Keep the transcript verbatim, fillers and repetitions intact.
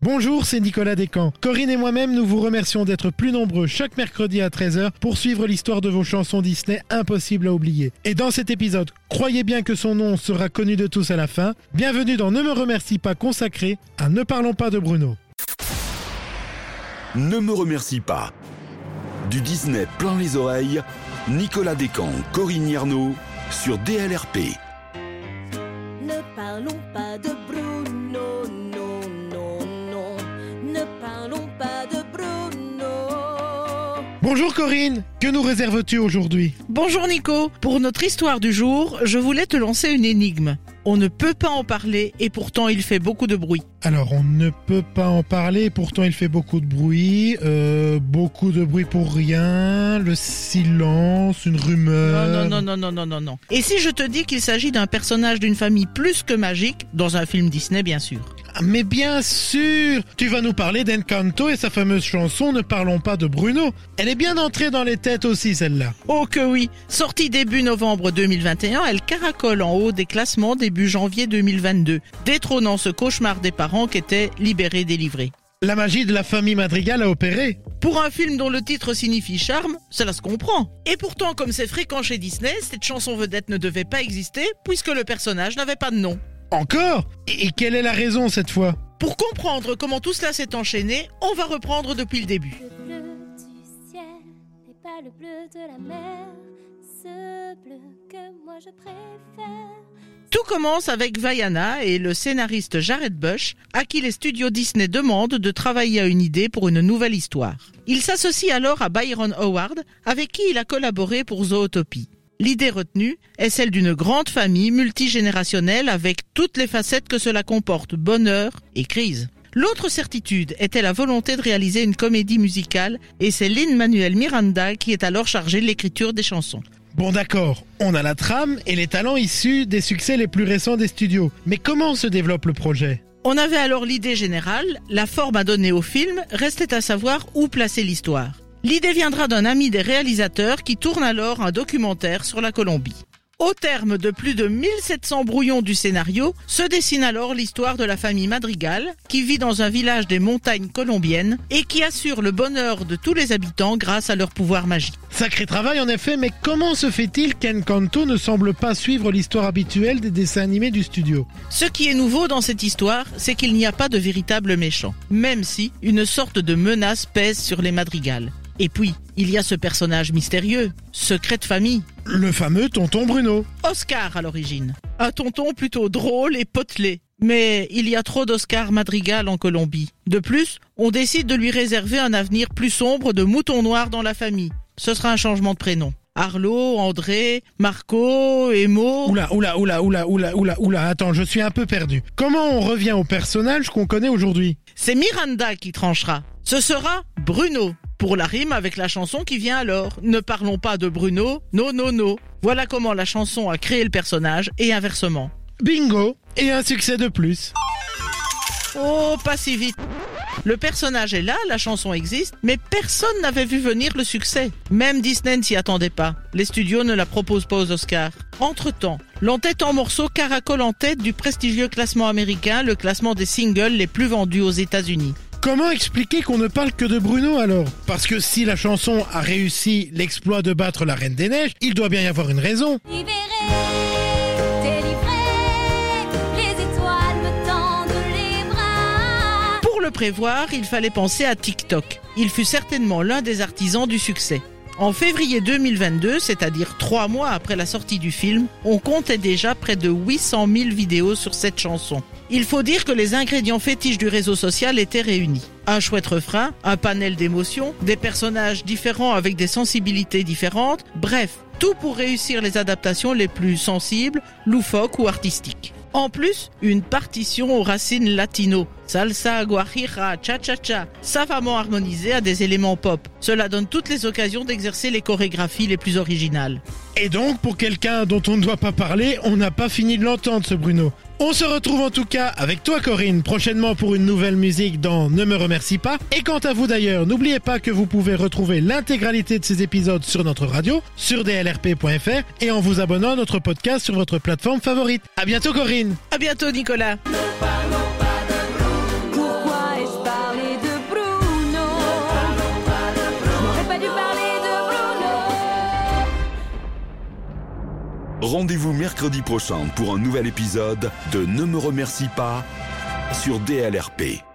Bonjour, c'est Nicolas Descamps. Corinne et moi-même, nous vous remercions d'être plus nombreux chaque mercredi à treize heures pour suivre l'histoire de vos chansons Disney impossibles à oublier. Et dans cet épisode, croyez bien que son nom sera connu de tous à la fin. Bienvenue dans Ne me remercie pas, consacré à Ne parlons pas de Bruno. Ne me remercie pas. Du Disney plein les oreilles, Nicolas Descamps, Corinne Yarnaud sur D L R P. Ne parlons pas de Bruno, non, non, non. Ne parlons pas de Bruno. Bonjour Corinne, que nous réserves-tu aujourd'hui ? Bonjour Nico, pour notre histoire du jour, je voulais te lancer une énigme. On ne peut pas en parler et pourtant il fait beaucoup de bruit. Alors, on ne peut pas en parler, pourtant il fait beaucoup de bruit, euh, beaucoup de bruit pour rien, le silence, une rumeur... Non, non, non, non, non, non, non. Et si je te dis qu'il s'agit d'un personnage d'une famille plus que magique, dans un film Disney bien sûr. Mais bien sûr, tu vas nous parler d'Encanto et sa fameuse chanson « Ne parlons pas de Bruno ». Elle est bien entrée dans les têtes aussi, celle-là. Oh que oui, sortie début novembre deux mille vingt et un, elle caracole en haut des classements début janvier deux mille vingt-deux, détrônant ce cauchemar des parents qui étaient libérés, délivrés. La magie de la famille Madrigal a opéré. Pour un film dont le titre signifie charme, cela se comprend. Et pourtant, comme c'est fréquent chez Disney, cette chanson vedette ne devait pas exister puisque le personnage n'avait pas de nom. Encore ? Et quelle est la raison cette fois ? Pour comprendre comment tout cela s'est enchaîné, on va reprendre depuis le début. Le bleu du ciel n'est pas le bleu de la mer, ce bleu que moi je préfère. Tout commence avec Vaiana et le scénariste Jared Bush, à qui les studios Disney demandent de travailler à une idée pour une nouvelle histoire. Il s'associe alors à Byron Howard, avec qui il a collaboré pour Zootopie. L'idée retenue est celle d'une grande famille multigénérationnelle avec toutes les facettes que cela comporte, bonheur et crise. L'autre certitude était la volonté de réaliser une comédie musicale et c'est Lin-Manuel Miranda qui est alors chargé de l'écriture des chansons. Bon d'accord, on a la trame et les talents issus des succès les plus récents des studios. Mais comment se développe le projet ? On avait alors l'idée générale, la forme à donner au film, restait à savoir où placer l'histoire. L'idée viendra d'un ami des réalisateurs qui tourne alors un documentaire sur la Colombie. Au terme de plus de mille sept cents brouillons du scénario, se dessine alors l'histoire de la famille Madrigal, qui vit dans un village des montagnes colombiennes et qui assure le bonheur de tous les habitants grâce à leur pouvoir magique. Sacré travail en effet, mais comment se fait-il qu'Encanto ne semble pas suivre l'histoire habituelle des dessins animés du studio ? Ce qui est nouveau dans cette histoire, c'est qu'il n'y a pas de véritable méchant, même si une sorte de menace pèse sur les Madrigal. Et puis, il y a ce personnage mystérieux, secret de famille. Le fameux tonton Bruno. Oscar à l'origine. Un tonton plutôt drôle et potelé. Mais il y a trop d'Oscar Madrigal en Colombie. De plus, on décide de lui réserver un avenir plus sombre de mouton noir dans la famille. Ce sera un changement de prénom. Arlo, André, Marco, Emo... Oula, oula, oula, oula, oula, oula, oula, attends, je suis un peu perdu. Comment on revient au personnage qu'on connaît aujourd'hui ? C'est Miranda qui tranchera. Ce sera Bruno. Pour la rime avec la chanson qui vient alors. Ne parlons pas de Bruno, non, non, non. Voilà comment la chanson a créé le personnage et inversement. Bingo ! Et un succès de plus. Oh, pas si vite. Le personnage est là, la chanson existe, mais personne n'avait vu venir le succès. Même Disney ne s'y attendait pas. Les studios ne la proposent pas aux Oscars. Entre-temps, l'entête en morceaux caracole en tête du prestigieux classement américain, le classement des singles les plus vendus aux États-Unis. Comment expliquer qu'on ne parle que de Bruno alors ? Parce que si la chanson a réussi l'exploit de battre la Reine des Neiges, il doit bien y avoir une raison. Libéré, délivré, les étoiles me tendent les bras. Pour le prévoir, il fallait penser à TikTok. Il fut certainement l'un des artisans du succès. En février deux mille vingt-deux, c'est-à-dire trois mois après la sortie du film, on comptait déjà près de huit cent mille vidéos sur cette chanson. Il faut dire que les ingrédients fétiches du réseau social étaient réunis. Un chouette refrain, un panel d'émotions, des personnages différents avec des sensibilités différentes, bref, tout pour réussir les adaptations les plus sensibles, loufoques ou artistiques. En plus, une partition aux racines latino, salsa, guajira, cha-cha-cha, savamment harmonisée à des éléments pop. Cela donne toutes les occasions d'exercer les chorégraphies les plus originales. Et donc, pour quelqu'un dont on ne doit pas parler, on n'a pas fini de l'entendre ce Bruno. On se retrouve en tout cas avec toi Corinne, prochainement pour une nouvelle musique dans Ne me remercie pas. Et quant à vous d'ailleurs, n'oubliez pas que vous pouvez retrouver l'intégralité de ces épisodes sur notre radio, sur d l r p point f r et en vous abonnant à notre podcast sur votre plateforme favorite. À bientôt Corinne. À bientôt Nicolas. Pourquoi est-ce Rendez-vous mercredi prochain pour un nouvel épisode de Ne me remercie pas sur D L R P.